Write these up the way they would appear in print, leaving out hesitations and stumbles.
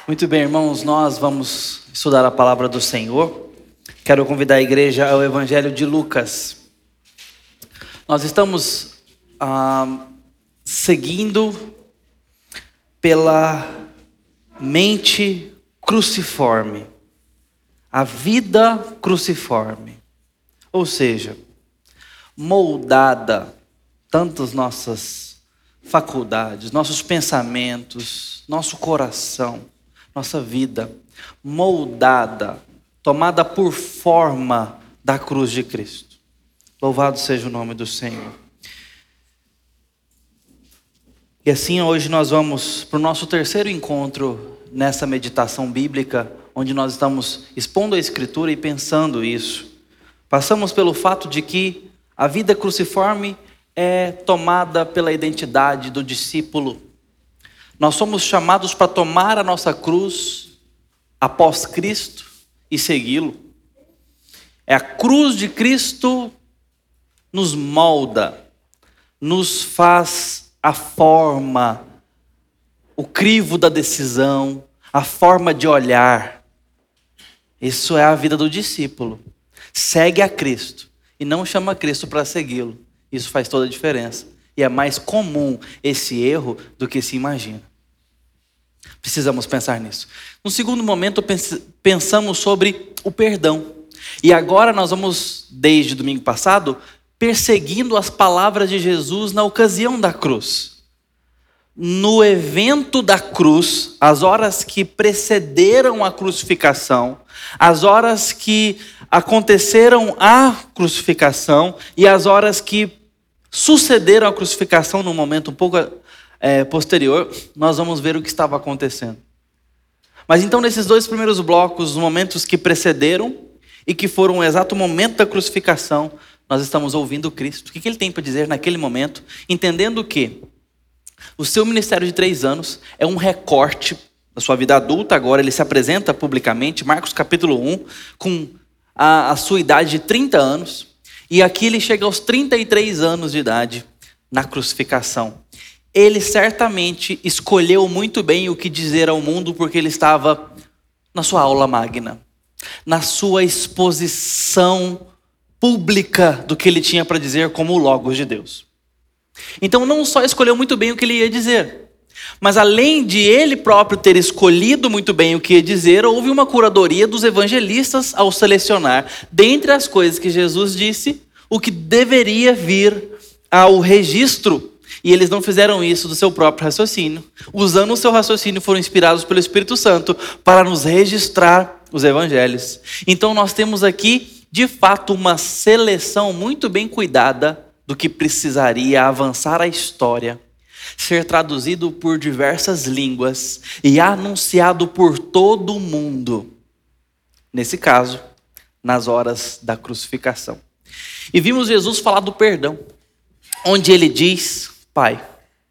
Muito bem, irmãos, nós vamos estudar a palavra do Senhor. Quero convidar a igreja ao Evangelho de Lucas. Nós estamos seguindo pela mente cruciforme, a vida cruciforme, ou seja, moldada tantas nossas faculdades, nossos pensamentos, nosso coração, nossa vida, moldada, tomada por forma da cruz de Cristo. Louvado seja o nome do Senhor. E assim hoje nós vamos para o nosso terceiro encontro nessa meditação bíblica, onde nós estamos expondo a Escritura e pensando isso. Passamos pelo fato de que a vida cruciforme é tomada pela identidade do discípulo. Nós somos chamados para tomar a nossa cruz após Cristo e segui-lo. É a cruz de Cristo nos molda, nos faz a forma, o crivo da decisão, a forma de olhar. Isso é a vida do discípulo. Segue a Cristo e não chama Cristo para segui-lo. Isso faz toda a diferença. E é mais comum esse erro do que se imagina. Precisamos pensar nisso. No segundo momento, pensamos sobre o perdão. E agora nós vamos, desde domingo passado, perseguindo as palavras de Jesus na ocasião da cruz. No evento da cruz, as horas que precederam a crucificação, as horas que aconteceram a crucificação e as horas que sucederam a crucificação num momento um pouco posterior, nós vamos ver o que estava acontecendo. Mas então nesses dois primeiros blocos, os momentos que precederam e que foram o exato momento da crucificação, nós estamos ouvindo Cristo. O que ele tem para dizer naquele momento, entendendo que o seu ministério de 3 anos é um recorte da sua vida adulta. Agora ele se apresenta publicamente, Marcos capítulo 1, com a sua idade de 30 anos. E aqui ele chega aos 33 anos de idade na crucificação. Ele certamente escolheu muito bem o que dizer ao mundo, porque ele estava na sua aula magna, na sua exposição pública do que ele tinha para dizer como o Logos de Deus. Então não só escolheu muito bem o que ele ia dizer, mas além de ele próprio ter escolhido muito bem o que ia dizer, houve uma curadoria dos evangelistas ao selecionar, dentre as coisas que Jesus disse, o que deveria vir ao registro. E eles não fizeram isso do seu próprio raciocínio. Usando o seu raciocínio, foram inspirados pelo Espírito Santo para nos registrar os evangelhos. Então nós temos aqui, de fato, uma seleção muito bem cuidada do que precisaria avançar a história, ser traduzido por diversas línguas e anunciado por todo o mundo. Nesse caso, nas horas da crucificação. E vimos Jesus falar do perdão, onde ele diz: Pai,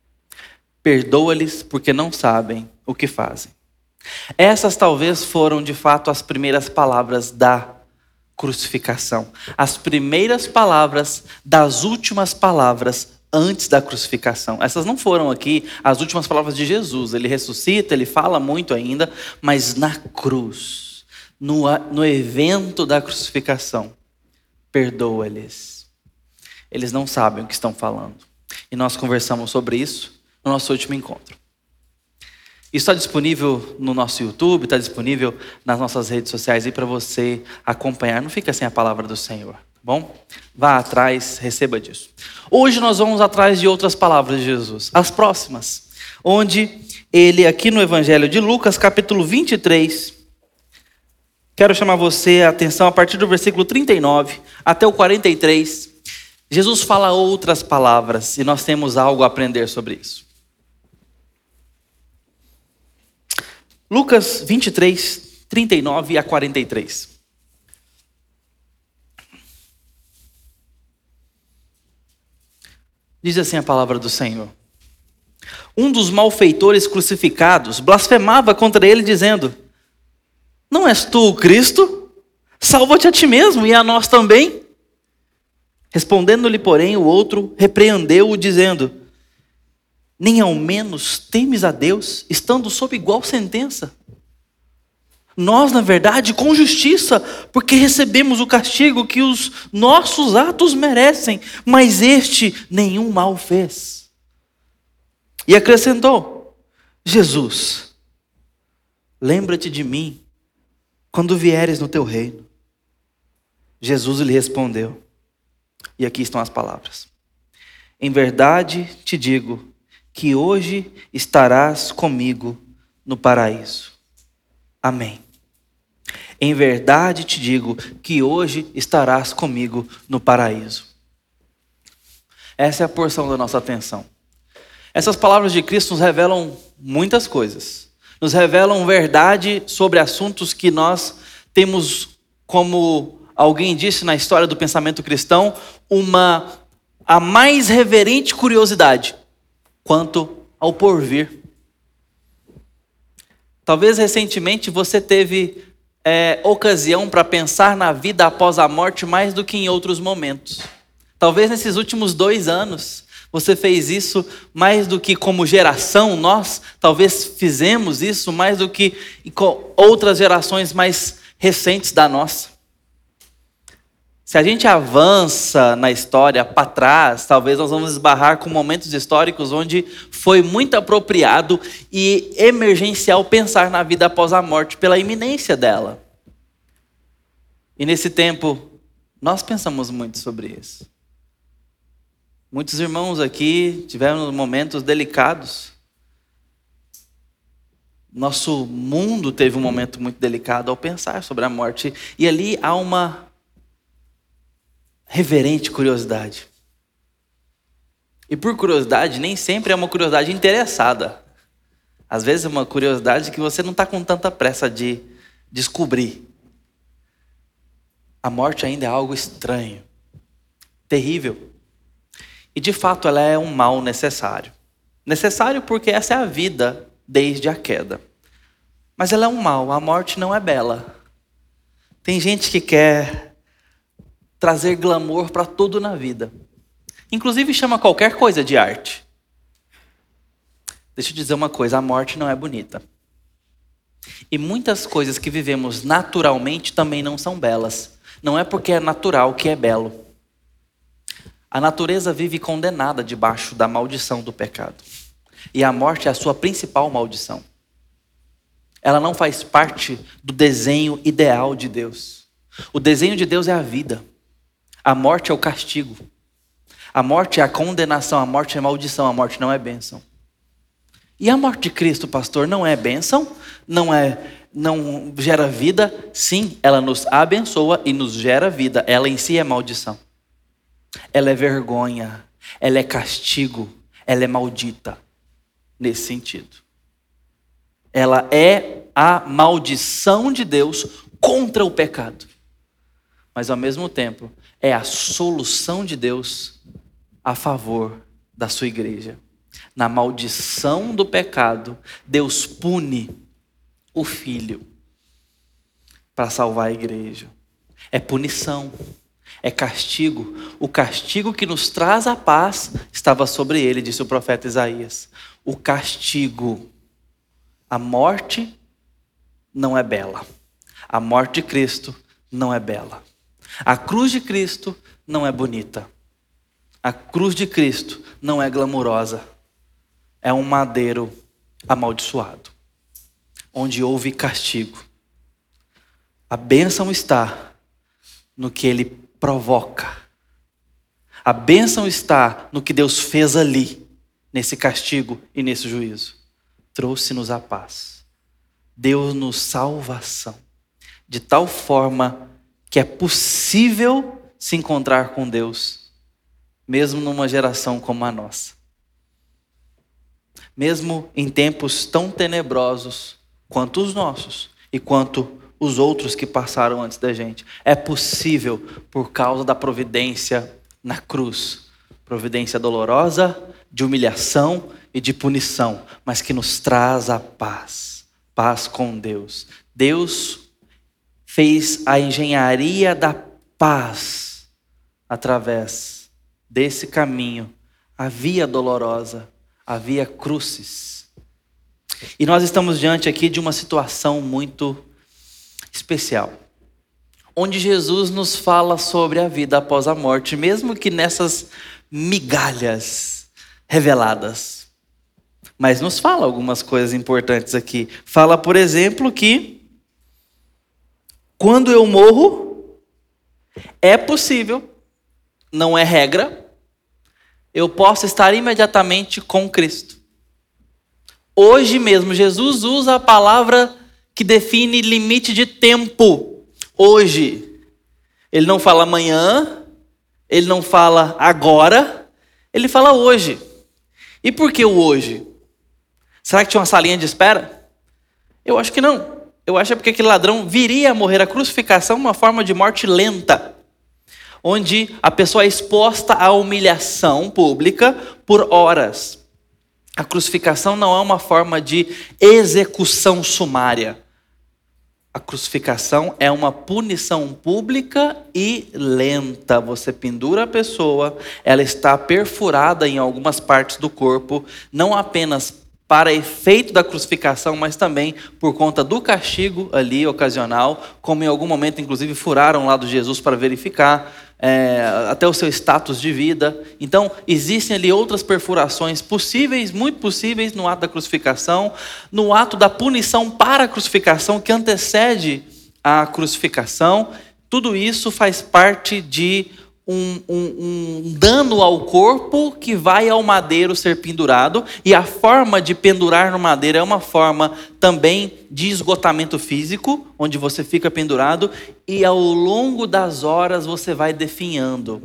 perdoa-lhes porque não sabem o que fazem. Essas talvez foram de fato as primeiras palavras da crucificação. As primeiras palavras das últimas palavras antes da crucificação. Essas não foram aqui as últimas palavras de Jesus. Ele ressuscita, ele fala muito ainda, mas na cruz, no evento da crucificação, perdoa-lhes. Eles não sabem o que estão falando. E nós conversamos sobre isso no nosso último encontro. Isso está disponível no nosso YouTube, está disponível nas nossas redes sociais aí para você acompanhar. Não fica sem a palavra do Senhor, tá bom? Vá atrás, receba disso. Hoje nós vamos atrás de outras palavras de Jesus, as próximas, onde ele, aqui no Evangelho de Lucas, capítulo 23, quero chamar você a atenção a partir do versículo 39 até o 43. Jesus fala outras palavras e nós temos algo a aprender sobre isso. Lucas 23, 39 a 43. Diz assim a palavra do Senhor. Um dos malfeitores crucificados blasfemava contra ele, dizendo: Não és tu o Cristo? Salva-te a ti mesmo e a nós também. Respondendo-lhe, porém, o outro repreendeu-o, dizendo: Nem ao menos temes a Deus, estando sob igual sentença? Nós, na verdade, com justiça, porque recebemos o castigo que os nossos atos merecem, mas este nenhum mal fez. E acrescentou: Jesus, lembra-te de mim quando vieres no teu reino. Jesus lhe respondeu, e aqui estão as palavras: em verdade te digo que hoje estarás comigo no paraíso. Amém. Em verdade te digo que hoje estarás comigo no paraíso. Essa é a porção da nossa atenção. Essas palavras de Cristo nos revelam muitas coisas. Nos revelam verdade sobre assuntos que nós temos, como alguém disse na história do pensamento cristão, a mais reverente curiosidade quanto ao porvir. Talvez recentemente você teve ocasião para pensar na vida após a morte mais do que em outros momentos. Talvez nesses últimos 2 anos você fez isso mais do que como geração, nós talvez fizemos isso mais do que com outras gerações mais recentes da nossa. Se a gente avança na história para trás, talvez nós vamos esbarrar com momentos históricos onde foi muito apropriado e emergencial pensar na vida após a morte pela iminência dela. E nesse tempo, nós pensamos muito sobre isso. Muitos irmãos aqui tiveram momentos delicados. Nosso mundo teve um momento muito delicado ao pensar sobre a morte. E ali há uma reverente curiosidade. E por curiosidade, nem sempre é uma curiosidade interessada. Às vezes é uma curiosidade que você não está com tanta pressa de descobrir. A morte ainda é algo estranho, terrível. E de fato ela é um mal necessário. Necessário porque essa é a vida desde a queda. Mas ela é um mal, a morte não é bela. Tem gente que quer trazer glamour para tudo na vida. Inclusive chama qualquer coisa de arte. Deixa eu dizer uma coisa, a morte não é bonita. E muitas coisas que vivemos naturalmente também não são belas. Não é porque é natural que é belo. A natureza vive condenada debaixo da maldição do pecado. E a morte é a sua principal maldição. Ela não faz parte do desenho ideal de Deus. O desenho de Deus é a vida. A morte é o castigo. A morte é a condenação. A morte é a maldição. A morte não é bênção. E a morte de Cristo, pastor, não é bênção? Não gera vida? Sim, ela nos abençoa e nos gera vida. Ela em si é maldição. Ela é vergonha. Ela é castigo. Ela é maldita. Nesse sentido. Ela é a maldição de Deus contra o pecado. Mas ao mesmo tempo, é a solução de Deus a favor da sua igreja. Na maldição do pecado, Deus pune o Filho para salvar a igreja. É punição, é castigo. O castigo que nos traz a paz estava sobre ele, disse o profeta Isaías. O castigo, a morte não é bela. A morte de Cristo não é bela. A cruz de Cristo não é bonita. A cruz de Cristo não é glamurosa. É um madeiro amaldiçoado, onde houve castigo. A bênção está no que ele provoca. A bênção está no que Deus fez ali, nesse castigo e nesse juízo. Trouxe-nos a paz. Deu-nos salvação. De tal forma que é possível se encontrar com Deus, mesmo numa geração como a nossa. Mesmo em tempos tão tenebrosos quanto os nossos e quanto os outros que passaram antes da gente. É possível por causa da providência na cruz. Providência dolorosa, de humilhação e de punição, mas que nos traz a paz. Paz com Deus. Deus fez a engenharia da paz através desse caminho, a via dolorosa, a via crucis. E nós estamos diante aqui de uma situação muito especial, onde Jesus nos fala sobre a vida após a morte, mesmo que nessas migalhas reveladas. Mas nos fala algumas coisas importantes aqui. Fala, por exemplo, que quando eu morro, é possível, não é regra, eu posso estar imediatamente com Cristo. Hoje mesmo, Jesus usa a palavra que define limite de tempo. Hoje. Ele não fala amanhã, ele não fala agora, ele fala hoje. E por que o hoje? Será que tinha uma salinha de espera? Eu acho que não. Eu acho que é porque aquele ladrão viria a morrer. A crucificação é uma forma de morte lenta, onde a pessoa é exposta à humilhação pública por horas. A crucificação não é uma forma de execução sumária. A crucificação é uma punição pública e lenta. Você pendura a pessoa, ela está perfurada em algumas partes do corpo, não apenas para efeito da crucificação, mas também por conta do castigo ali ocasional, como em algum momento inclusive furaram lá do Jesus para verificar até o seu status de vida. Então existem ali outras perfurações possíveis, muito possíveis no ato da crucificação, no ato da punição para a crucificação que antecede a crucificação. Tudo isso faz parte de um dano ao corpo que vai ao madeiro ser pendurado, e a forma de pendurar no madeiro é uma forma também de esgotamento físico, onde você fica pendurado e ao longo das horas você vai definhando.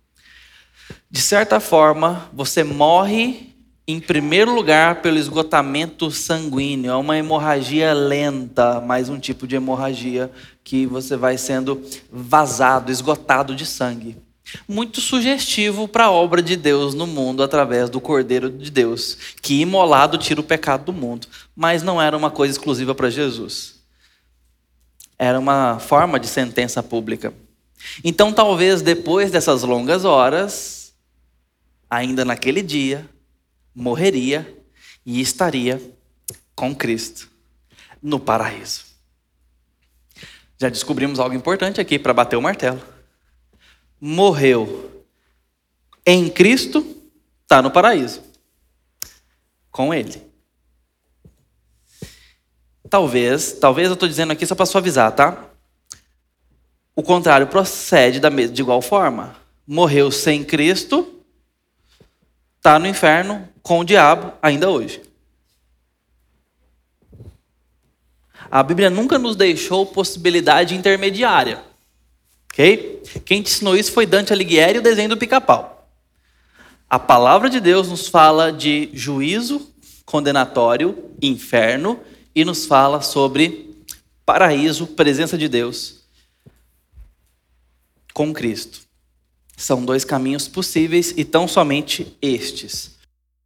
De certa forma, você morre em primeiro lugar pelo esgotamento sanguíneo. É uma hemorragia lenta, mais um tipo de hemorragia que você vai sendo vazado, esgotado de sangue. Muito sugestivo para a obra de Deus no mundo através do Cordeiro de Deus, que imolado tira o pecado do mundo. Mas não era uma coisa exclusiva para Jesus. Era uma forma de sentença pública. Então talvez depois dessas longas horas, ainda naquele dia, morreria e estaria com Cristo no paraíso. Já descobrimos algo importante aqui para bater o martelo. Morreu em Cristo, está no paraíso, com Ele. Talvez eu estou dizendo aqui só para suavizar, tá? O contrário procede de igual forma. Morreu sem Cristo, está no inferno com o diabo ainda hoje. A Bíblia nunca nos deixou possibilidade intermediária. Ok? Quem te ensinou isso foi Dante Alighieri e o desenho do Pica-Pau. A palavra de Deus nos fala de juízo condenatório, inferno, e nos fala sobre paraíso, presença de Deus com Cristo. São dois caminhos possíveis e tão somente estes.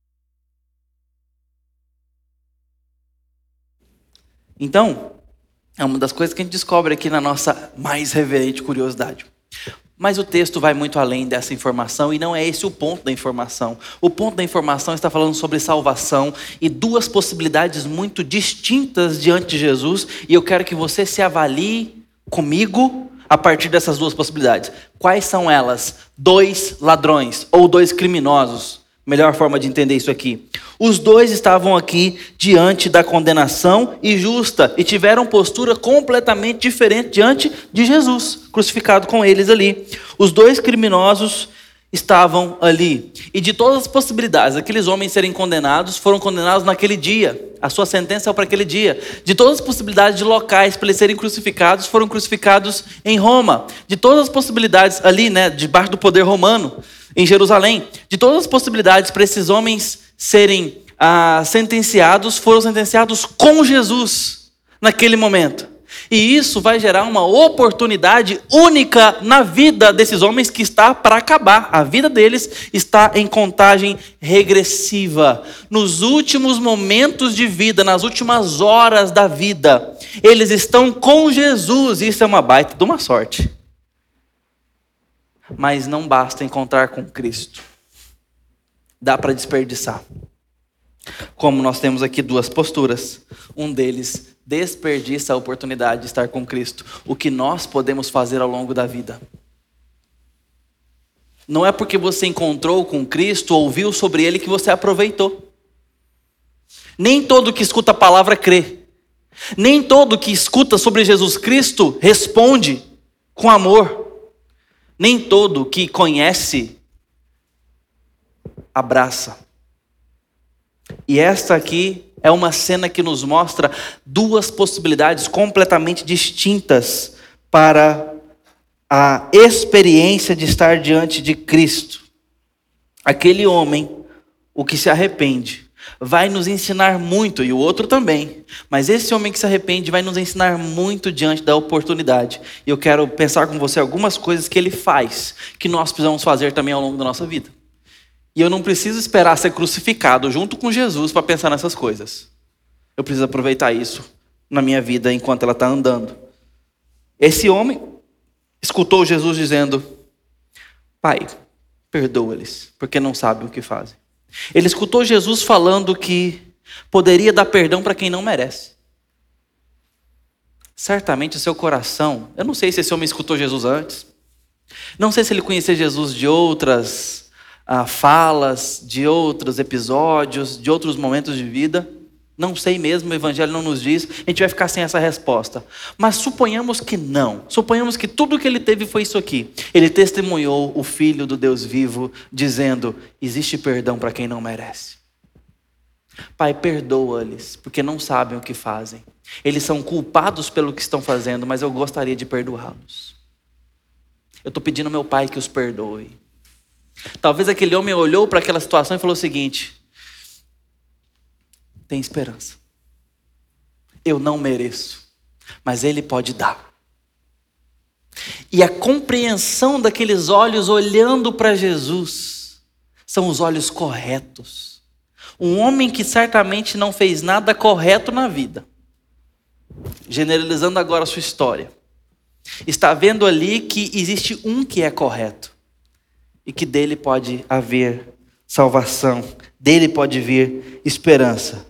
Então, é uma das coisas que a gente descobre aqui na nossa mais reverente curiosidade. Mas o texto vai muito além dessa informação e não é esse o ponto da informação. O ponto da informação está falando sobre salvação e duas possibilidades muito distintas diante de Jesus, e eu quero que você se avalie comigo a partir dessas duas possibilidades. Quais são elas? 2 ladrões ou 2 criminosos. Melhor forma de entender isso aqui. Os dois estavam aqui diante da condenação injusta e tiveram postura completamente diferente diante de Jesus, crucificado com eles ali. Os 2 criminosos estavam ali. E de todas as possibilidades, aqueles homens serem condenados, foram condenados naquele dia. A sua sentença é para aquele dia. De todas as possibilidades de locais para eles serem crucificados, foram crucificados em Roma. De todas as possibilidades ali, debaixo do poder romano, em Jerusalém. De todas as possibilidades para esses homens serem sentenciados, foram sentenciados com Jesus naquele momento. E isso vai gerar uma oportunidade única na vida desses homens que está para acabar. A vida deles está em contagem regressiva. Nos últimos momentos de vida, nas últimas horas da vida, eles estão com Jesus. Isso é uma baita de uma sorte. Mas não basta encontrar com Cristo. Dá para desperdiçar. Como nós temos aqui 2 posturas. Um deles desperdiça a oportunidade de estar com Cristo. O que nós podemos fazer ao longo da vida. Não é porque você encontrou com Cristo, ouviu sobre Ele, que você aproveitou. Nem todo que escuta a palavra crê. Nem todo que escuta sobre Jesus Cristo responde com amor. Nem todo que conhece abraça. E esta aqui é uma cena que nos mostra duas possibilidades completamente distintas para a experiência de estar diante de Cristo. Aquele homem, o que se arrepende, vai nos ensinar muito, e o outro também. Mas esse homem que se arrepende vai nos ensinar muito diante da oportunidade. E eu quero pensar com você algumas coisas que ele faz, que nós precisamos fazer também ao longo da nossa vida. E eu não preciso esperar ser crucificado junto com Jesus para pensar nessas coisas. Eu preciso aproveitar isso na minha vida enquanto ela está andando. Esse homem escutou Jesus dizendo: Pai, perdoa-lhes, porque não sabem o que fazem. Ele escutou Jesus falando que poderia dar perdão para quem não merece. Certamente o seu coração, eu não sei se esse homem escutou Jesus antes, não sei se ele conhecia Jesus de outras falas, de outros episódios, de outros momentos de vida. Não sei mesmo, o Evangelho não nos diz, a gente vai ficar sem essa resposta. Mas suponhamos que não. Suponhamos que tudo que ele teve foi isso aqui. Ele testemunhou o Filho do Deus vivo, dizendo: existe perdão para quem não merece. Pai, perdoa-lhes, porque não sabem o que fazem. Eles são culpados pelo que estão fazendo, mas eu gostaria de perdoá-los. Eu estou pedindo ao meu Pai que os perdoe. Talvez aquele homem olhou para aquela situação e falou o seguinte: tem esperança. Eu não mereço, mas Ele pode dar. E a compreensão daqueles olhos olhando para Jesus são os olhos corretos. Um homem que certamente não fez nada correto na vida, generalizando agora a sua história, está vendo ali que existe um que é correto e que dele pode haver salvação, dele pode vir esperança.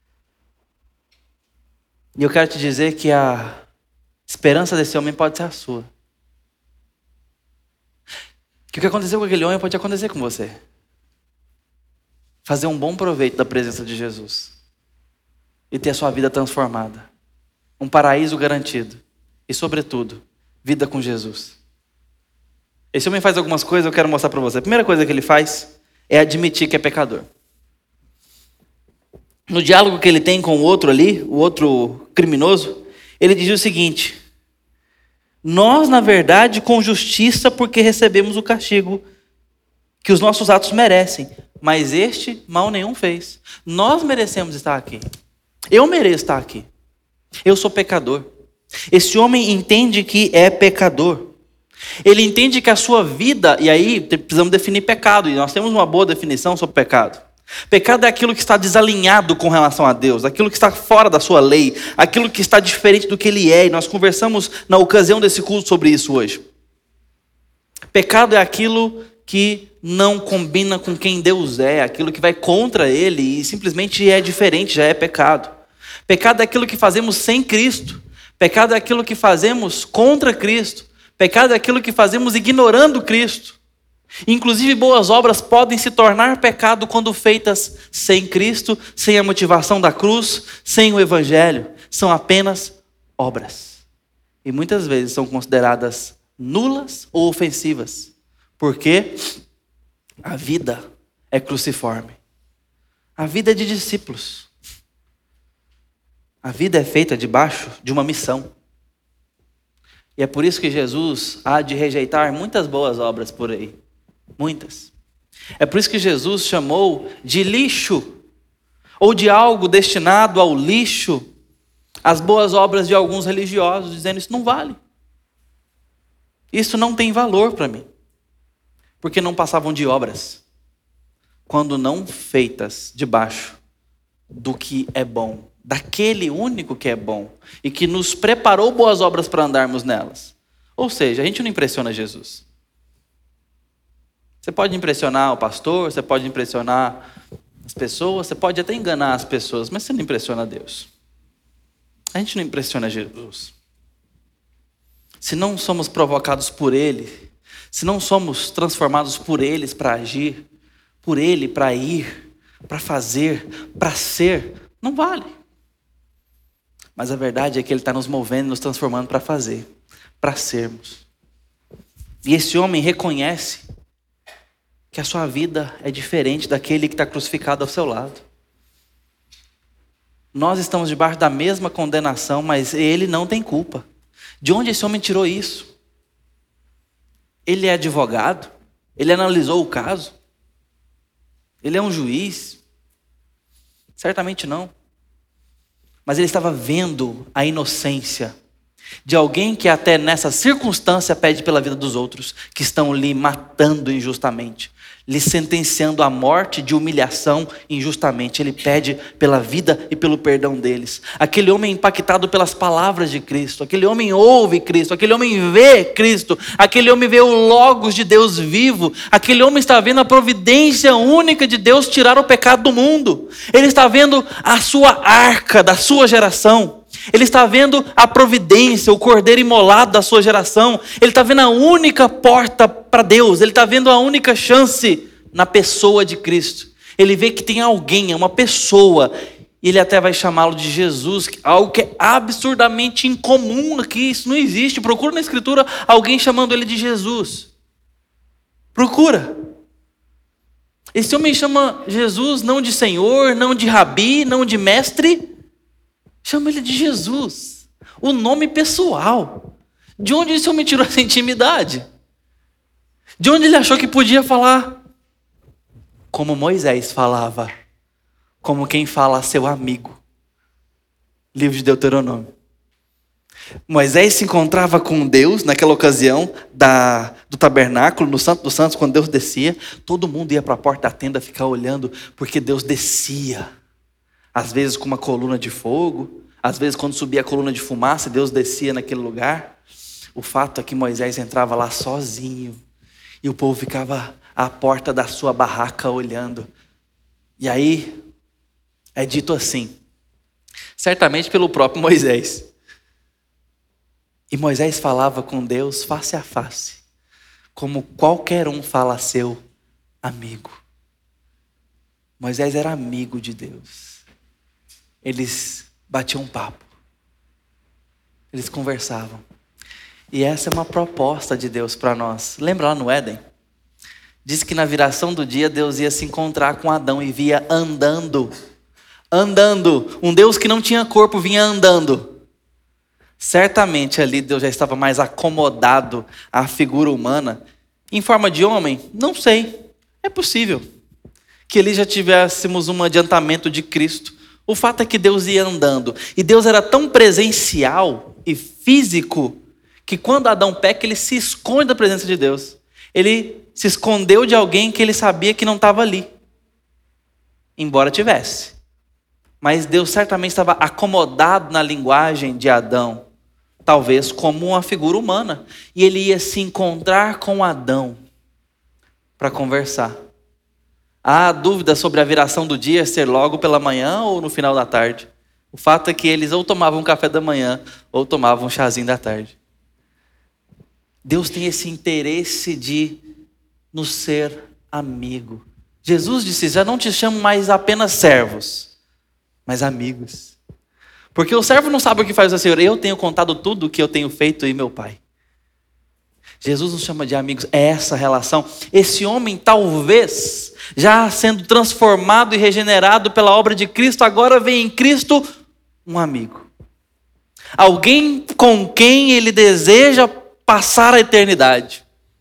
E eu quero te dizer que a esperança desse homem pode ser a sua. Que o que aconteceu com aquele homem pode acontecer com você. Fazer um bom proveito da presença de Jesus e ter a sua vida transformada. Um paraíso garantido. E sobretudo, vida com Jesus. Esse homem faz algumas coisas, eu quero mostrar para você. A primeira coisa que ele faz é admitir que é pecador. No diálogo que ele tem com o outro ali, o outro criminoso, ele diz o seguinte: nós, na verdade, com justiça, porque recebemos o castigo que os nossos atos merecem, mas este mal nenhum fez. Nós merecemos estar aqui. Eu mereço estar aqui. Eu sou pecador. Esse homem entende que é pecador. Ele entende que a sua vida, e aí precisamos definir pecado, e nós temos uma boa definição sobre pecado. Pecado é aquilo que está desalinhado com relação a Deus, aquilo que está fora da sua lei, aquilo que está diferente do que Ele é, e nós conversamos na ocasião desse culto sobre isso hoje. Pecado é aquilo que não combina com quem Deus é, aquilo que vai contra Ele e simplesmente é diferente, já é pecado. Pecado é aquilo que fazemos sem Cristo, pecado é aquilo que fazemos contra Cristo, pecado é aquilo que fazemos ignorando Cristo. Inclusive, boas obras podem se tornar pecado quando feitas sem Cristo, sem a motivação da cruz, sem o Evangelho. São apenas obras. E muitas vezes são consideradas nulas ou ofensivas. Porque a vida é cruciforme. A vida é de discípulos. A vida é feita debaixo de uma missão. E é por isso que Jesus há de rejeitar muitas boas obras por aí. Muitas. É por isso que Jesus chamou de lixo, ou de algo destinado ao lixo, as boas obras de alguns religiosos, dizendo: isso não vale. Isso não tem valor para mim. Porque não passavam de obras, quando não feitas debaixo do que é bom, daquele único que é bom, e que nos preparou boas obras para andarmos nelas. Ou seja, a gente não impressiona Jesus. Você pode impressionar o pastor, você pode impressionar as pessoas, você pode até enganar as pessoas, mas você não impressiona Deus. a gente não impressiona Jesus. Se não somos provocados por Ele, se não somos transformados por eles para agir, por Ele para ir, para fazer, para ser, não vale. Mas a verdade é que Ele está nos movendo, nos transformando para fazer, para sermos. E esse homem reconhece que a sua vida é diferente daquele que está crucificado ao seu lado. Nós estamos debaixo da mesma condenação, mas ele não tem culpa. De onde esse homem tirou isso? Ele é advogado? Ele analisou o caso? Ele é um juiz? Certamente não. Mas ele estava vendo a inocência de alguém que até nessa circunstância pede pela vida dos outros, que estão lhe matando injustamente, lhe sentenciando à morte de humilhação injustamente. Ele pede pela vida e pelo perdão deles. Aquele homem impactado pelas palavras de Cristo, aquele homem ouve Cristo, aquele homem vê Cristo, aquele homem vê o Logos de Deus vivo, aquele homem está vendo a providência única de Deus tirar o pecado do mundo. Ele está vendo a sua arca da sua geração. Ele está vendo a providência, o cordeiro imolado da sua geração. Ele está vendo a única porta para Deus. Ele está vendo a única chance na pessoa de Cristo. Ele vê que tem alguém, uma pessoa. E ele até vai chamá-lo de Jesus. Algo que é absurdamente incomum aqui. Isso não existe. Procura na Escritura alguém chamando ele de Jesus. Procura. Esse homem chama Jesus não de Senhor, não de Rabi, não de Mestre. Chama ele de Jesus, o nome pessoal. De onde esse homem tirou essa intimidade? De onde ele achou que podia falar? Como Moisés falava, como quem fala a seu amigo. Livro de Deuteronômio. Moisés se encontrava com Deus naquela ocasião do tabernáculo, no Santo dos Santos, quando Deus descia. Todo mundo ia para a porta da tenda ficar olhando, porque Deus descia. Às vezes com uma coluna de fogo, às vezes quando subia a coluna de fumaça, Deus descia naquele lugar. O fato é que Moisés entrava lá sozinho, e o povo ficava à porta da sua barraca olhando. E aí, é dito assim, certamente pelo próprio Moisés. E Moisés falava com Deus face a face, como qualquer um fala a seu amigo. Moisés era amigo de Deus. Eles batiam um papo. Eles conversavam. E essa é uma proposta de Deus para nós. Lembra lá no Éden? Diz que na viração do dia Deus ia se encontrar com Adão e via andando. Andando. Um Deus que não tinha corpo vinha andando. Certamente ali Deus já estava mais acomodado à figura humana. Em forma de homem? Não sei. É possível que ali já tivéssemos um adiantamento de Cristo. O fato é que Deus ia andando. E Deus era tão presencial e físico que quando Adão peca, ele se esconde da presença de Deus. Ele se escondeu de alguém que ele sabia que não estava ali. Embora tivesse. Mas Deus certamente estava acomodado na linguagem de Adão. Talvez como uma figura humana. E ele ia se encontrar com Adão para conversar. Há dúvida sobre a viração do dia ser logo pela manhã ou no final da tarde. O fato é que eles ou tomavam café da manhã ou tomavam um chazinho da tarde. Deus tem esse interesse de nos ser amigo. Jesus disse, já não te chamo mais apenas servos, mas amigos. Porque o servo não sabe o que faz o Senhor. Eu tenho contado tudo o que eu tenho feito e meu Pai. Jesus nos chama de amigos. É essa relação. Esse homem talvez, já sendo transformado e regenerado pela obra de Cristo, agora vê em Cristo um amigo. Alguém com quem ele deseja passar a eternidade.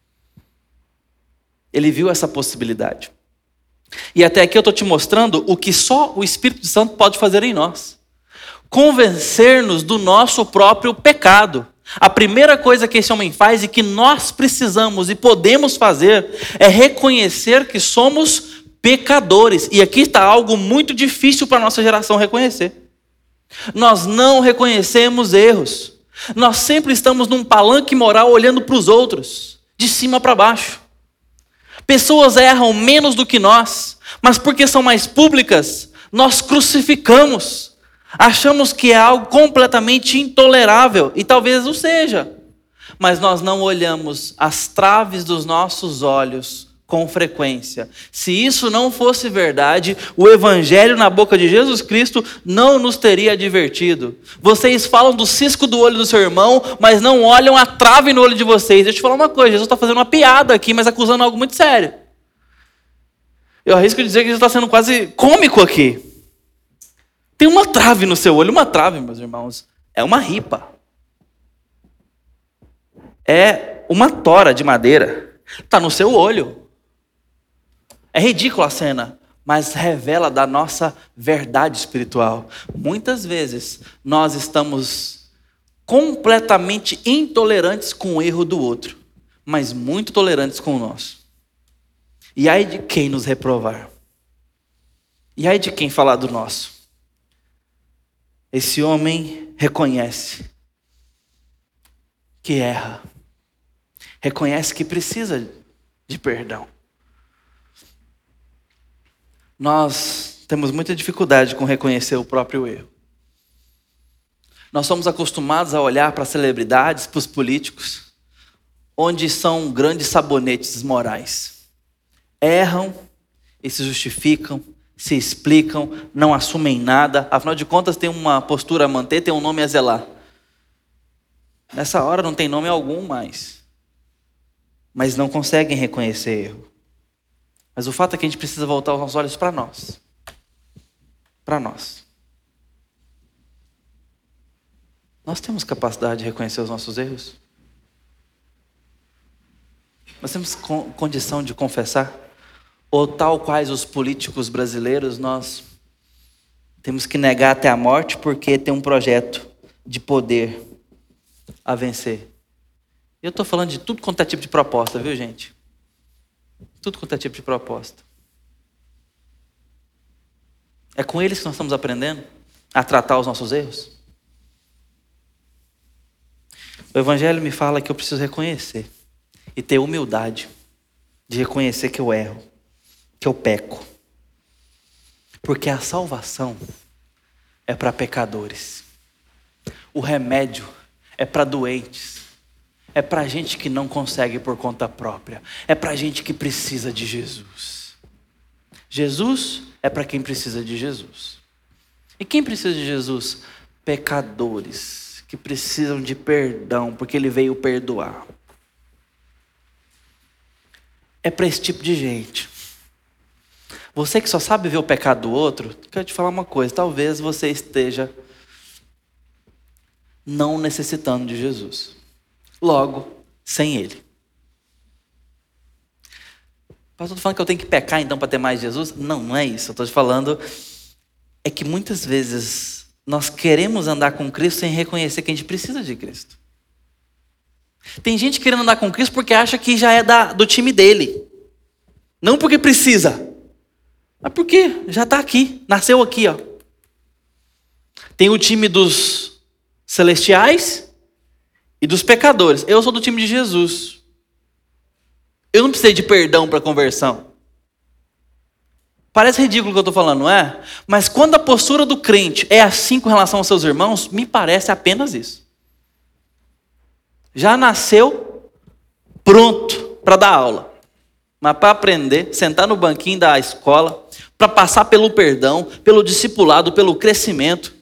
Ele viu essa possibilidade. E até aqui eu estou te mostrando o que só o Espírito Santo pode fazer em nós. Convencer-nos do nosso próprio pecado. A primeira coisa que esse homem faz e que nós precisamos e podemos fazer é reconhecer que somos pecadores. E aqui está algo muito difícil para a nossa geração reconhecer. Nós não reconhecemos erros. Nós sempre estamos num palanque moral olhando para os outros, de cima para baixo. Pessoas erram menos do que nós, mas porque são mais públicas, nós crucificamos. Achamos que é algo completamente intolerável, e talvez o seja, mas nós não olhamos as traves dos nossos olhos com frequência. Se isso não fosse verdade, o evangelho na boca de Jesus Cristo não nos teria advertido. Vocês falam do cisco do olho do seu irmão, mas não olham a trave no olho de vocês. Deixa eu te falar uma coisa, Jesus está fazendo uma piada aqui, mas acusando algo muito sério. Eu arrisco dizer que Jesus está sendo quase cômico aqui. Tem uma trave no seu olho. Uma trave, meus irmãos, é uma ripa. É uma tora de madeira. Está no seu olho. É ridícula a cena, mas revela da nossa verdade espiritual. Muitas vezes nós estamos completamente intolerantes com o erro do outro, mas muito tolerantes com o nosso. E ai de quem nos reprovar? E ai de quem falar do nosso? Esse homem reconhece que erra, reconhece que precisa de perdão. Nós temos muita dificuldade com reconhecer o próprio erro. Nós somos acostumados a olhar para as celebridades, para os políticos, onde são grandes sabonetes morais. Erram e se justificam, se explicam, não assumem nada. Afinal de contas, tem uma postura a manter, tem um nome a zelar. Nessa hora não tem nome algum mais. Mas não conseguem reconhecer erro. Mas o fato é que a gente precisa voltar os nossos olhos para nós. Para nós. Nós temos capacidade de reconhecer os nossos erros? Nós temos condição de confessar? Ou tal quais os políticos brasileiros, nós temos que negar até a morte porque tem um projeto de poder a vencer? Eu estou falando de tudo quanto é tipo de proposta, viu, gente? Tudo quanto é tipo de proposta. É com eles que nós estamos aprendendo a tratar os nossos erros. O Evangelho me fala que eu preciso reconhecer e ter humildade de reconhecer que eu erro, que eu peco. Porque a salvação é para pecadores. O remédio é para doentes. É para gente que não consegue por conta própria. É para gente que precisa de Jesus. Jesus é para quem precisa de Jesus. E quem precisa de Jesus? Pecadores que precisam de perdão, porque Ele veio perdoar. É para esse tipo de gente. Você que só sabe ver o pecado do outro, quero te falar uma coisa. Talvez você esteja não necessitando de Jesus. Logo, sem Ele. Pastor, estou falando que eu tenho que pecar então para ter mais Jesus? Não, não é isso. Eu estou te falando é que muitas vezes nós queremos andar com Cristo sem reconhecer que a gente precisa de Cristo. Tem gente querendo andar com Cristo porque acha que já é do time dele. Não porque precisa, mas porque já está aqui, nasceu aqui, ó. Tem o time dos celestiais e dos pecadores. Eu sou do time de Jesus. Eu não precisei de perdão para conversão. Parece ridículo o que eu estou falando, não é? Mas quando a postura do crente é assim com relação aos seus irmãos, me parece apenas isso. Já nasceu pronto para dar aula. Mas para aprender, sentar no banquinho da escola, para passar pelo perdão, pelo discipulado, pelo crescimento.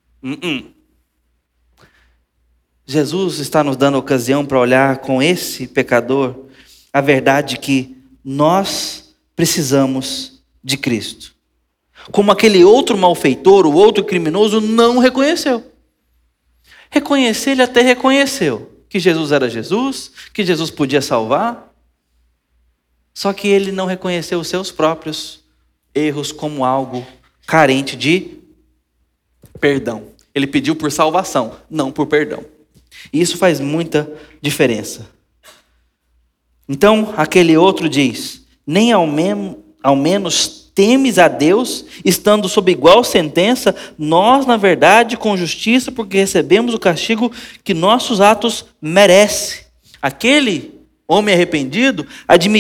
Jesus está nos dando ocasião para olhar com esse pecador a verdade que nós precisamos de Cristo. Como aquele outro malfeitor, o outro criminoso não reconheceu. Reconhecer, ele até reconheceu que Jesus era Jesus, que Jesus podia salvar. Só que ele não reconheceu os seus próprios erros como algo carente de perdão. Ele pediu por salvação, não por perdão. E isso faz muita diferença. Então, aquele outro diz: nem ao menos temes a Deus, estando sob igual sentença, nós, na verdade, com justiça, porque recebemos o castigo que nossos atos merecem. Aquele homem arrependido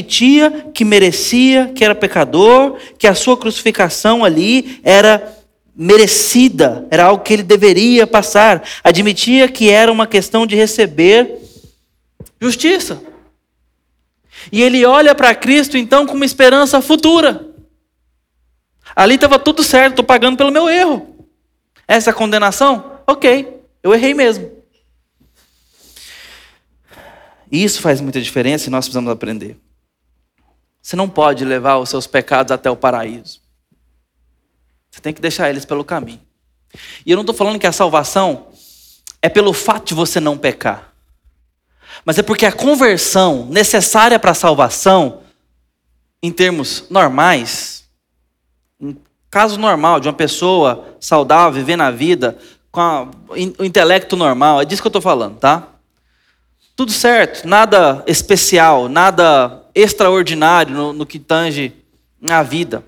admitia que merecia, que era pecador, que a sua crucificação ali era merecida, era algo que ele deveria passar. Admitia que era uma questão de receber justiça. E ele olha para Cristo então com uma esperança futura. Ali estava tudo certo, estou pagando pelo meu erro. Essa condenação? Ok, eu errei mesmo. E isso faz muita diferença e nós precisamos aprender. Você não pode levar os seus pecados até o paraíso. Você tem que deixar eles pelo caminho. E eu não estou falando que a salvação é pelo fato de você não pecar. Mas é porque a conversão necessária para a salvação, em termos normais, em caso normal de uma pessoa saudável, vivendo a vida, com o intelecto normal, é disso que eu estou falando, tá? Tudo certo, nada especial, nada extraordinário no que tange a vida.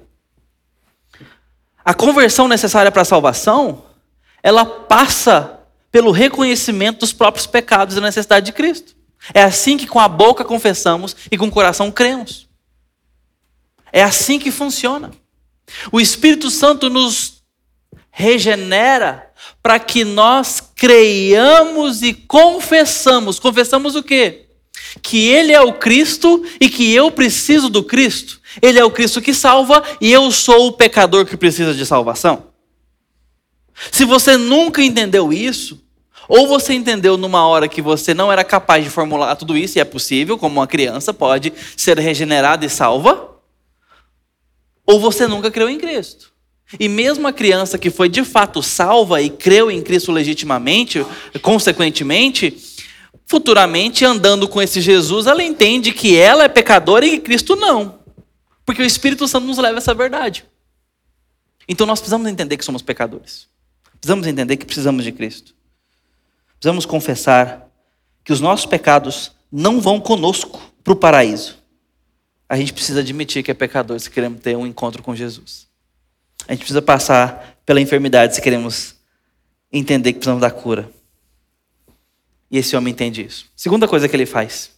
A conversão necessária para a salvação, ela passa pelo reconhecimento dos próprios pecados e da necessidade de Cristo. É assim que com a boca confessamos e com o coração cremos. É assim que funciona. O Espírito Santo nos regenera para que nós creiamos e confessamos. Confessamos o quê? Que Ele é o Cristo e que eu preciso do Cristo. Ele é o Cristo que salva e eu sou o pecador que precisa de salvação. Se você nunca entendeu isso, ou você entendeu numa hora que você não era capaz de formular tudo isso, e é possível, como uma criança pode ser regenerada e salva, ou você nunca creu em Cristo. E mesmo a criança que foi de fato salva e creu em Cristo legitimamente, consequentemente, futuramente andando com esse Jesus, ela entende que ela é pecadora e que Cristo não. Porque o Espírito Santo nos leva a essa verdade. Então nós precisamos entender que somos pecadores. Precisamos entender que precisamos de Cristo. Precisamos confessar que os nossos pecados não vão conosco para o paraíso. A gente precisa admitir que é pecador se queremos ter um encontro com Jesus. A gente precisa passar pela enfermidade se queremos entender que precisamos da cura. E esse homem entende isso. Segunda coisa que ele faz.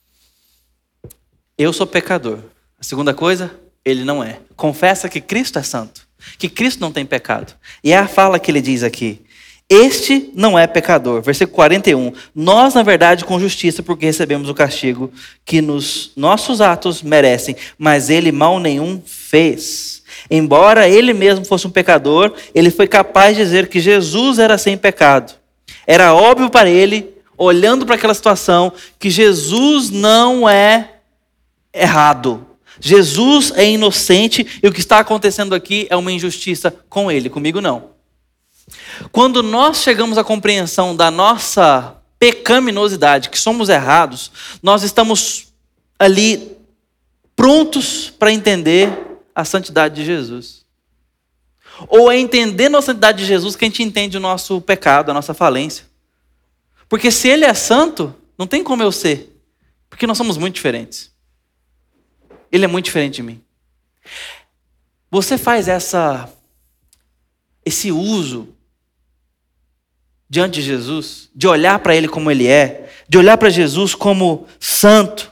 Eu sou pecador. A segunda coisa, ele não é. Confessa que Cristo é santo. Que Cristo não tem pecado. E é a fala que ele diz aqui. Este não é pecador. Versículo 41. Nós, na verdade, com justiça, porque recebemos o castigo que nos nossos atos merecem, mas ele mal nenhum fez. Embora ele mesmo fosse um pecador, ele foi capaz de dizer que Jesus era sem pecado. Era óbvio para ele, olhando para aquela situação, que Jesus não é errado. Jesus é inocente e o que está acontecendo aqui é uma injustiça com ele, comigo não. Quando nós chegamos à compreensão da nossa pecaminosidade, que somos errados, nós estamos ali prontos para entender a santidade de Jesus. Ou é entendendo a santidade de Jesus que a gente entende o nosso pecado, a nossa falência. Porque se ele é santo, não tem como eu ser. Porque nós somos muito diferentes. Ele é muito diferente de mim. Você faz esse uso diante de Jesus, de olhar para ele como ele é, de olhar para Jesus como santo.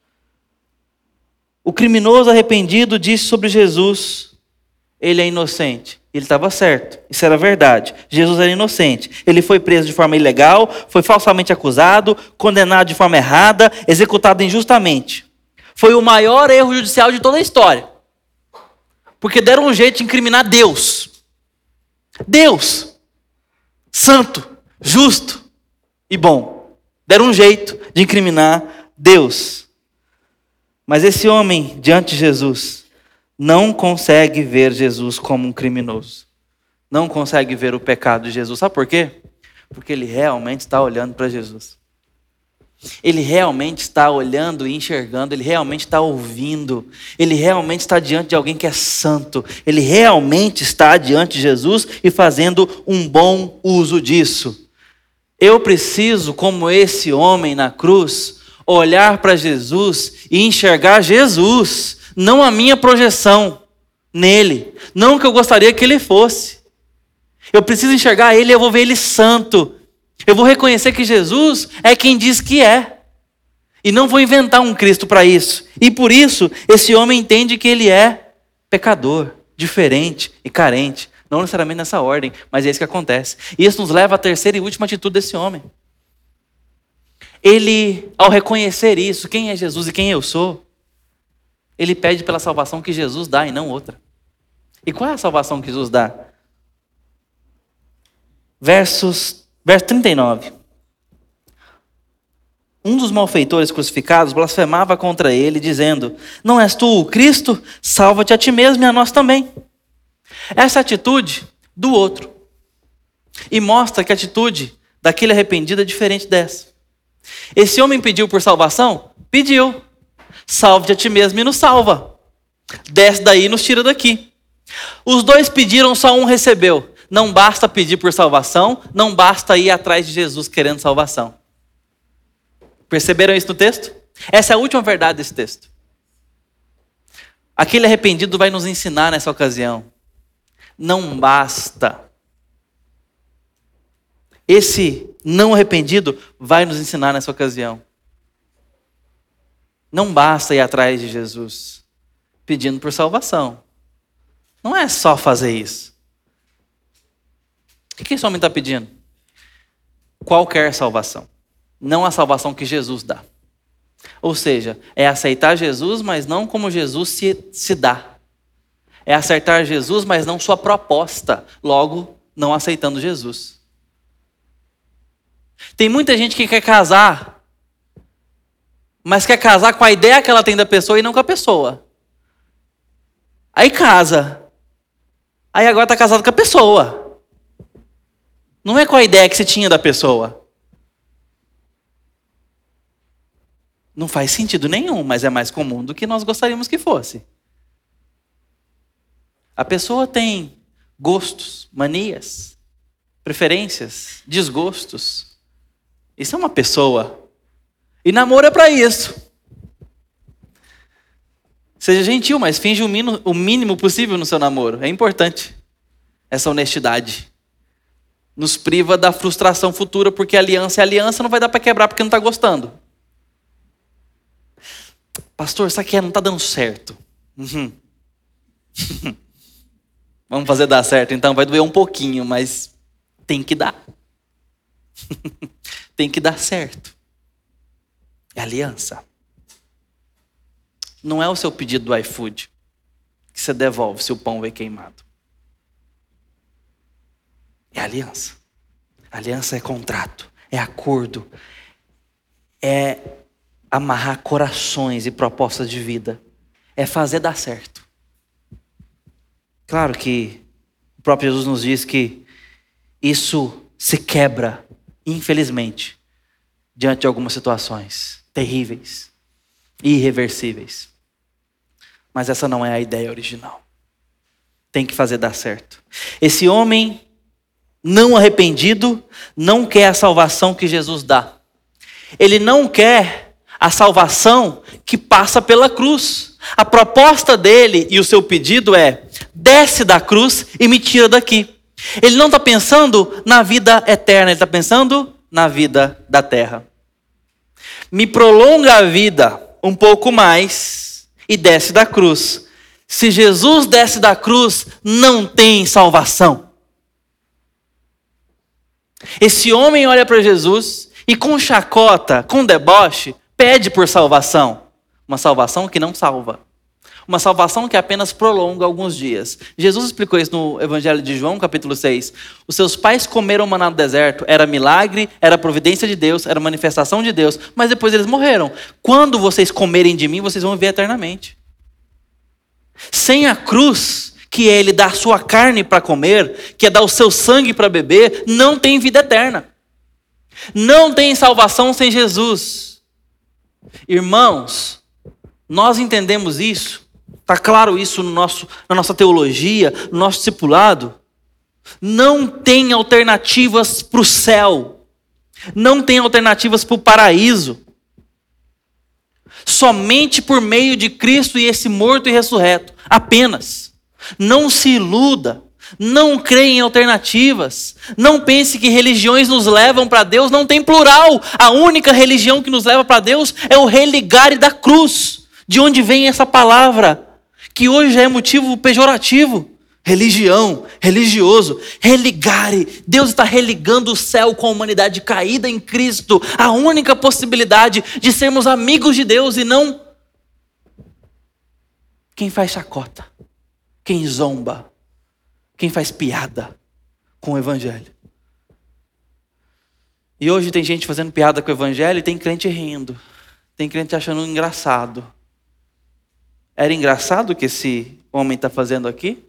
O criminoso arrependido disse sobre Jesus, ele é inocente. Ele estava certo, isso era verdade. Jesus era inocente. Ele foi preso de forma ilegal, foi falsamente acusado, condenado de forma errada, executado injustamente. Foi o maior erro judicial de toda a história. Porque deram um jeito de incriminar Deus. Deus, santo, justo e bom. Deram um jeito de incriminar Deus. Mas esse homem, diante de Jesus, não consegue ver Jesus como um criminoso. Não consegue ver o pecado de Jesus. Sabe por quê? Porque ele realmente está olhando para Jesus. Ele realmente está olhando e enxergando, ele realmente está ouvindo, ele realmente está diante de alguém que é santo, ele realmente está diante de Jesus e fazendo um bom uso disso. Eu preciso, como esse homem na cruz, olhar para Jesus e enxergar Jesus, não a minha projeção nele, não o que eu gostaria que ele fosse. Eu preciso enxergar ele e eu vou ver ele santo. Eu vou reconhecer que Jesus é quem diz que é. E não vou inventar um Cristo para isso. E por isso, esse homem entende que ele é pecador, diferente e carente. Não necessariamente nessa ordem, mas é isso que acontece. E isso nos leva à terceira e última atitude desse homem. Ele, ao reconhecer isso, quem é Jesus e quem eu sou, ele pede pela salvação que Jesus dá e não outra. E qual é a salvação que Jesus dá? Verso 39. Um dos malfeitores crucificados blasfemava contra ele, dizendo: não és tu o Cristo? Salva-te a ti mesmo e a nós também. Essa atitude do outro. E mostra que a atitude daquele arrependido é diferente dessa. Esse homem pediu por salvação? Pediu. Salve-te a ti mesmo e nos salva. Desce daí e nos tira daqui. Os dois pediram, só um recebeu. Não basta pedir por salvação, não basta ir atrás de Jesus querendo salvação. Perceberam isso no texto? Essa é a última verdade desse texto. Aquele arrependido vai nos ensinar nessa ocasião. Não basta. Esse não arrependido vai nos ensinar nessa ocasião. Não basta ir atrás de Jesus pedindo por salvação. Não é só fazer isso. O que esse homem está pedindo? Qualquer salvação. Não a salvação que Jesus dá. Ou seja, é aceitar Jesus, mas não como Jesus se dá. É aceitar Jesus, mas não sua proposta. Logo, não aceitando Jesus. Tem muita gente que quer casar, mas quer casar com a ideia que ela tem da pessoa e não com a pessoa. Aí casa. Aí agora está casado com a pessoa. Não é com a ideia que você tinha da pessoa. Não faz sentido nenhum, mas é mais comum do que nós gostaríamos que fosse. A pessoa tem gostos, manias, preferências, desgostos. Isso é uma pessoa. E namoro é para isso. Seja gentil, mas finge o mínimo possível no seu namoro. É importante essa honestidade. Nos priva da frustração futura, porque aliança é aliança, não vai dar para quebrar porque não está gostando. Pastor, isso aqui não está dando certo. Uhum. Vamos fazer dar certo, então vai doer um pouquinho, mas tem que dar. Tem que dar certo. É aliança. Não é o seu pedido do iFood que você devolve se o pão veio queimado. É aliança. Aliança é contrato, é acordo, é amarrar corações e propostas de vida, é fazer dar certo. Claro que o próprio Jesus nos diz que isso se quebra, infelizmente, diante de algumas situações terríveis e irreversíveis. Mas essa não é a ideia original. Tem que fazer dar certo. Esse homem não arrependido não quer a salvação que Jesus dá. Ele não quer a salvação que passa pela cruz. A proposta dele e o seu pedido é: desce da cruz e me tira daqui. Ele não está pensando na vida eterna, ele está pensando na vida da terra. Me prolonga a vida um pouco mais e desce da cruz. Se Jesus desce da cruz, não tem salvação. Esse homem olha para Jesus e com chacota, com deboche, pede por salvação. Uma salvação que não salva. Uma salvação que apenas prolonga alguns dias. Jesus explicou isso no Evangelho de João, capítulo 6. Os seus pais comeram maná no deserto. Era milagre, era providência de Deus, era manifestação de Deus. Mas depois eles morreram. Quando vocês comerem de mim, vocês vão viver eternamente. Sem a cruz, que é Ele dar a sua carne para comer, que é dar o seu sangue para beber, não tem vida eterna. Não tem salvação sem Jesus. Irmãos, nós entendemos isso. Está claro isso na nossa teologia, no nosso discipulado. Não tem alternativas para o céu. Não tem alternativas para o paraíso. Somente por meio de Cristo e esse morto e ressurreto. Apenas. Não se iluda. Não creia em alternativas. Não pense que religiões nos levam para Deus. Não tem plural. A única religião que nos leva para Deus é o religare da cruz. De onde vem essa palavra? Que hoje já é motivo pejorativo. religião, religioso. Religare. Deus está religando o céu com a humanidade caída em Cristo. A única possibilidade de sermos amigos de Deus e não quem faz chacota, quem zomba, quem faz piada com o evangelho. E hoje tem gente fazendo piada com o evangelho e tem crente rindo. Tem crente achando engraçado. Era engraçado o que esse homem está fazendo aqui?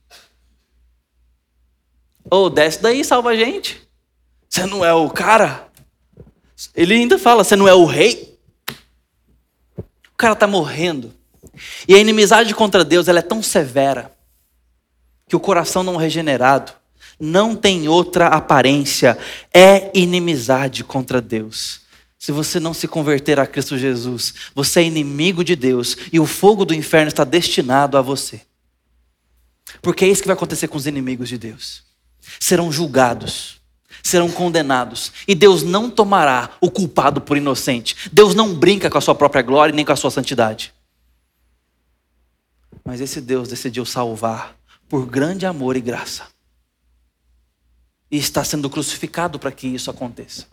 Ô, desce daí, salva a gente. Você não é o cara? Ele ainda fala, você não é o rei? O cara está morrendo. E a inimizade contra Deus, ela é tão severa que o coração não regenerado não tem outra aparência. É inimizade contra Deus. Se você não se converter a Cristo Jesus, você é inimigo de Deus e o fogo do inferno está destinado a você. Porque é isso que vai acontecer com os inimigos de Deus. Serão julgados, serão condenados e Deus não tomará o culpado por inocente. Deus não brinca com a sua própria glória nem com a sua santidade. Mas esse Deus decidiu salvar por grande amor e graça. E está sendo crucificado para que isso aconteça.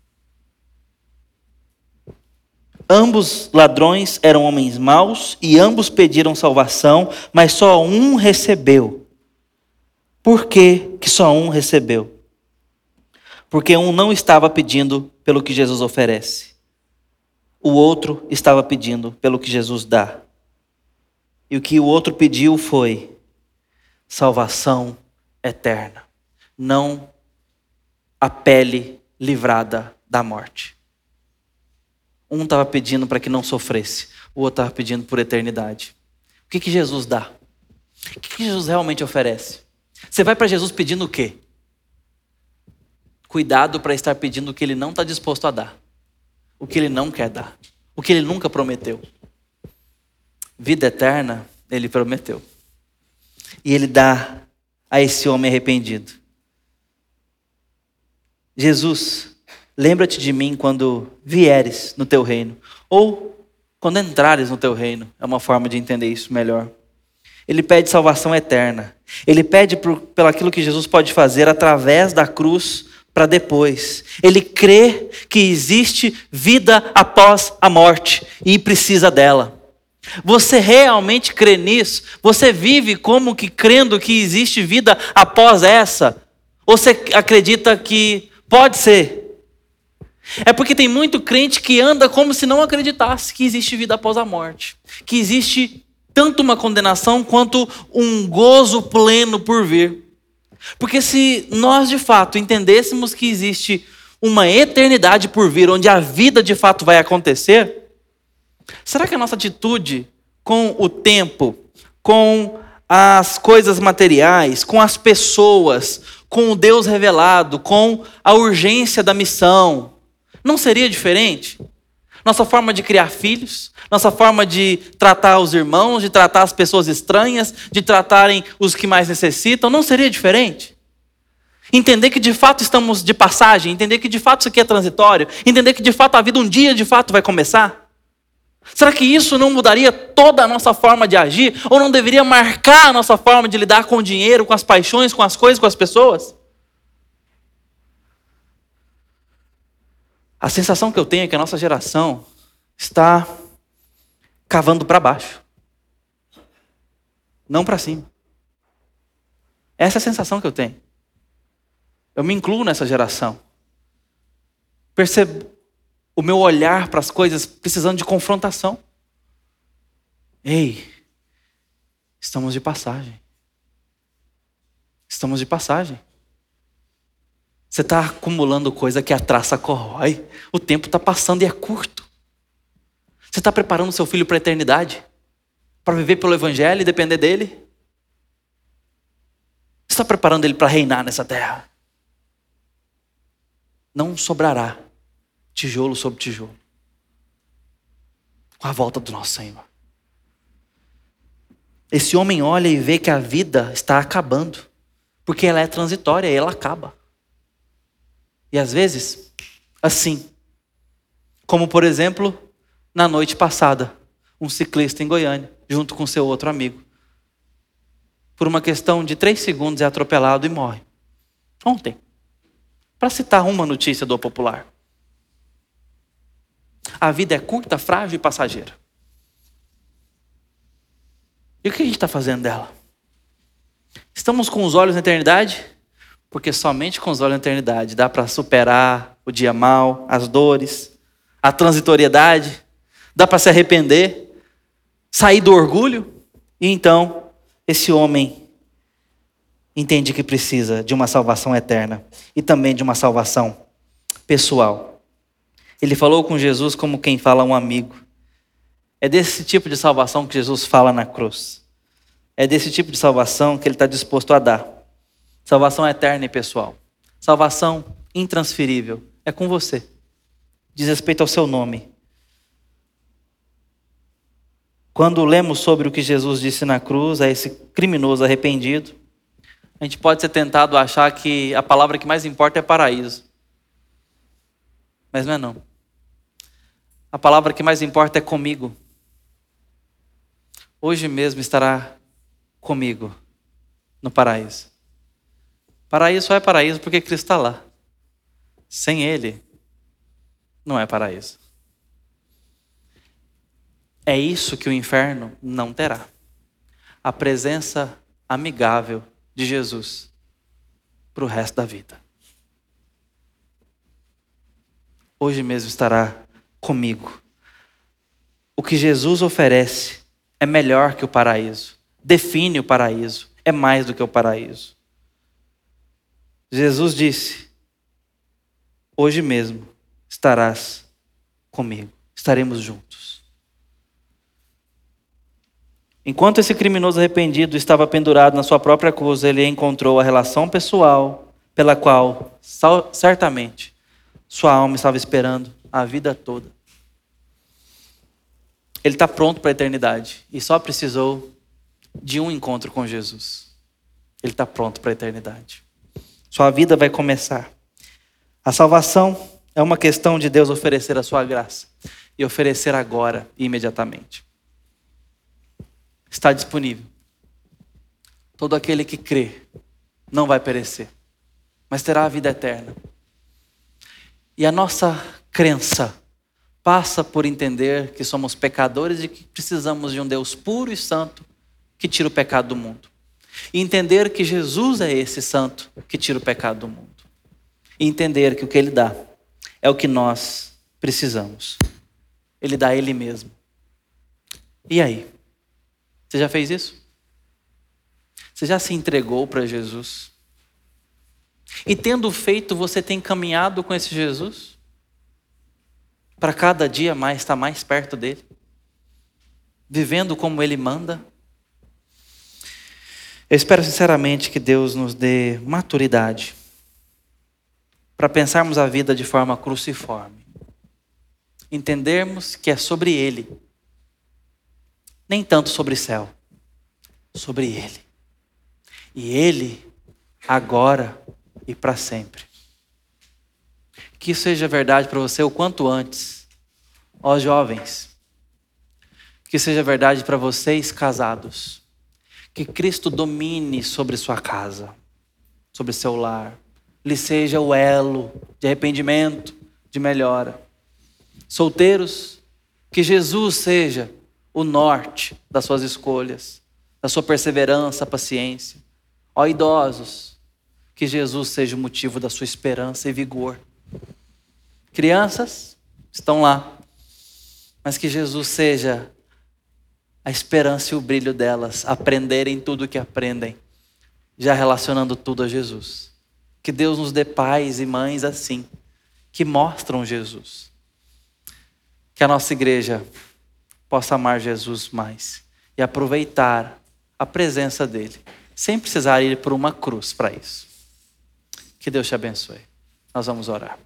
Ambos ladrões eram homens maus e ambos pediram salvação, mas só um recebeu. Por que só um recebeu? Porque um não estava pedindo pelo que Jesus oferece. O outro estava pedindo pelo que Jesus dá. E o que o outro pediu foi salvação eterna. Não a pele livrada da morte. Um estava pedindo para que não sofresse. O outro estava pedindo por eternidade. O que Jesus dá? O que Jesus realmente oferece? Você vai para Jesus pedindo o quê? Cuidado para estar pedindo o que ele não está disposto a dar. O que ele não quer dar. O que ele nunca prometeu. Vida eterna, ele prometeu. E ele dá a esse homem arrependido. Jesus, lembra-te de mim quando vieres no teu reino. Ou quando entrares no teu reino. É uma forma de entender isso melhor. Ele pede salvação eterna. Ele pede pelo aquilo que Jesus pode fazer através da cruz para depois. Ele crê que existe vida após a morte e precisa dela. Você realmente crê nisso? Você vive como que crendo que existe vida após essa? Ou você acredita que pode ser? É porque tem muito crente que anda como se não acreditasse que existe vida após a morte. Que existe tanto uma condenação quanto um gozo pleno por vir. Porque se nós de fato entendêssemos que existe uma eternidade por vir, onde a vida de fato vai acontecer, será que a nossa atitude com o tempo, com as coisas materiais, com as pessoas, com o Deus revelado, com a urgência da missão, não seria diferente? Nossa forma de criar filhos, nossa forma de tratar os irmãos, de tratar as pessoas estranhas, de tratarem os que mais necessitam, não seria diferente? Entender que de fato estamos de passagem, entender que de fato isso aqui é transitório, entender que de fato a vida um dia de fato vai começar? Será que isso não mudaria toda a nossa forma de agir? Ou não deveria marcar a nossa forma de lidar com o dinheiro, com as paixões, com as coisas, com as pessoas? A sensação que eu tenho é que a nossa geração está cavando para baixo, não para cima. Essa é a sensação que eu tenho. Eu me incluo nessa geração. Percebo o meu olhar para as coisas precisando de confrontação. Ei, estamos de passagem. Estamos de passagem. Você está acumulando coisa que a traça corrói. O tempo está passando e é curto. Você está preparando seu filho para a eternidade? Para viver pelo evangelho e depender dele? Você está preparando ele para reinar nessa terra? Não sobrará tijolo sobre tijolo com a volta do nosso Senhor. Esse homem olha e vê que a vida está acabando, porque ela é transitória e ela acaba. E às vezes, assim, como por exemplo, na noite passada, um ciclista em Goiânia, junto com seu outro amigo. por uma questão de 3 segundos, é atropelado e morre. Ontem. Para citar uma notícia do Popular. A vida é curta, frágil e passageira. E o que a gente está fazendo dela? Estamos com os olhos na eternidade? Porque somente com os olhos na eternidade dá para superar o dia mau, as dores, a transitoriedade. Dá para se arrepender, sair do orgulho. E então, esse homem entende que precisa de uma salvação eterna e também de uma salvação pessoal. Ele falou com Jesus como quem fala a um amigo. É desse tipo de salvação que Jesus fala na cruz. É desse tipo de salvação que ele está disposto a dar. Salvação eterna e pessoal. Salvação intransferível. É com você. Diz respeito ao seu nome. Quando lemos sobre o que Jesus disse na cruz a esse criminoso arrependido, a gente pode ser tentado a achar que a palavra que mais importa é paraíso. Mas não é não. A palavra que mais importa é comigo. Hoje mesmo estará comigo no paraíso. Paraíso só é paraíso porque Cristo está lá. Sem Ele, não é paraíso. É isso que o inferno não terá. A presença amigável de Jesus para o resto da vida. Hoje mesmo estará comigo. O que Jesus oferece é melhor que o paraíso. Define o paraíso. É mais do que o paraíso. Jesus disse: hoje mesmo estarás comigo. Estaremos juntos. Enquanto esse criminoso arrependido estava pendurado na sua própria cruz, ele encontrou a relação pessoal pela qual, certamente, sua alma estava esperando a vida toda. Ele está pronto para a eternidade e só precisou de um encontro com Jesus. Ele está pronto para a eternidade. Sua vida vai começar. A salvação é uma questão de Deus oferecer a sua graça e oferecer agora, imediatamente. Está disponível. Todo aquele que crê não vai perecer, mas terá a vida eterna. E a nossa crença passa por entender que somos pecadores e que precisamos de um Deus puro e santo que tira o pecado do mundo. E entender que Jesus é esse santo que tira o pecado do mundo. E entender que o que Ele dá é o que nós precisamos. Ele dá Ele mesmo. E aí? Você já fez isso? Você já se entregou para Jesus? E tendo feito, você tem caminhado com esse Jesus? Para cada dia mais estar mais perto dele? Vivendo como Ele manda? Eu espero sinceramente que Deus nos dê maturidade para pensarmos a vida de forma cruciforme. Entendermos que é sobre Ele. Nem tanto sobre o céu. Sobre Ele. E Ele, agora e para sempre. Que isso seja verdade para você o quanto antes. Ó jovens. Que seja verdade para vocês casados. Que Cristo domine sobre sua casa. Sobre seu lar. Lhe seja o elo de arrependimento, de melhora. Solteiros, que Jesus seja o norte das suas escolhas, da sua perseverança, paciência. Ó idosos, que Jesus seja o motivo da sua esperança e vigor. Crianças, estão lá, mas que Jesus seja a esperança e o brilho delas, aprenderem tudo o que aprendem, já relacionando tudo a Jesus. Que Deus nos dê pais e mães assim, que mostram Jesus. Que a nossa igreja possa amar Jesus mais e aproveitar a presença dele, sem precisar ir por uma cruz para isso. Que Deus te abençoe. Nós vamos orar.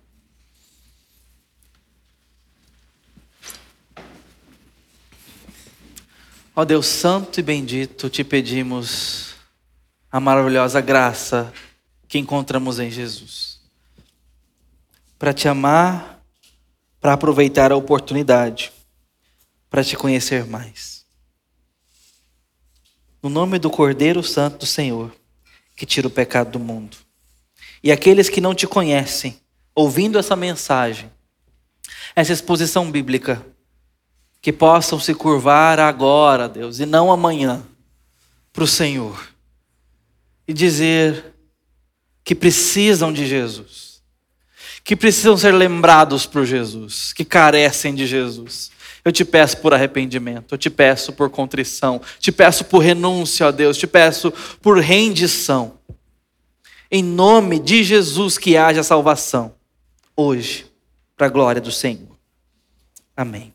Ó Deus santo e bendito, te pedimos a maravilhosa graça que encontramos em Jesus. Para te amar, para aproveitar a oportunidade, para te conhecer mais. no nome do Cordeiro Santo do Senhor, que tira o pecado do mundo. E aqueles que não te conhecem, ouvindo essa mensagem, essa exposição bíblica, que possam se curvar agora, Deus, e não amanhã, para o Senhor, e dizer que precisam de Jesus, que precisam ser lembrados por Jesus, que carecem de Jesus. Eu te peço por arrependimento, eu te peço por contrição, te peço por renúncia a Deus, te peço por rendição. Em nome de Jesus que haja salvação, hoje, para a glória do Senhor. Amém.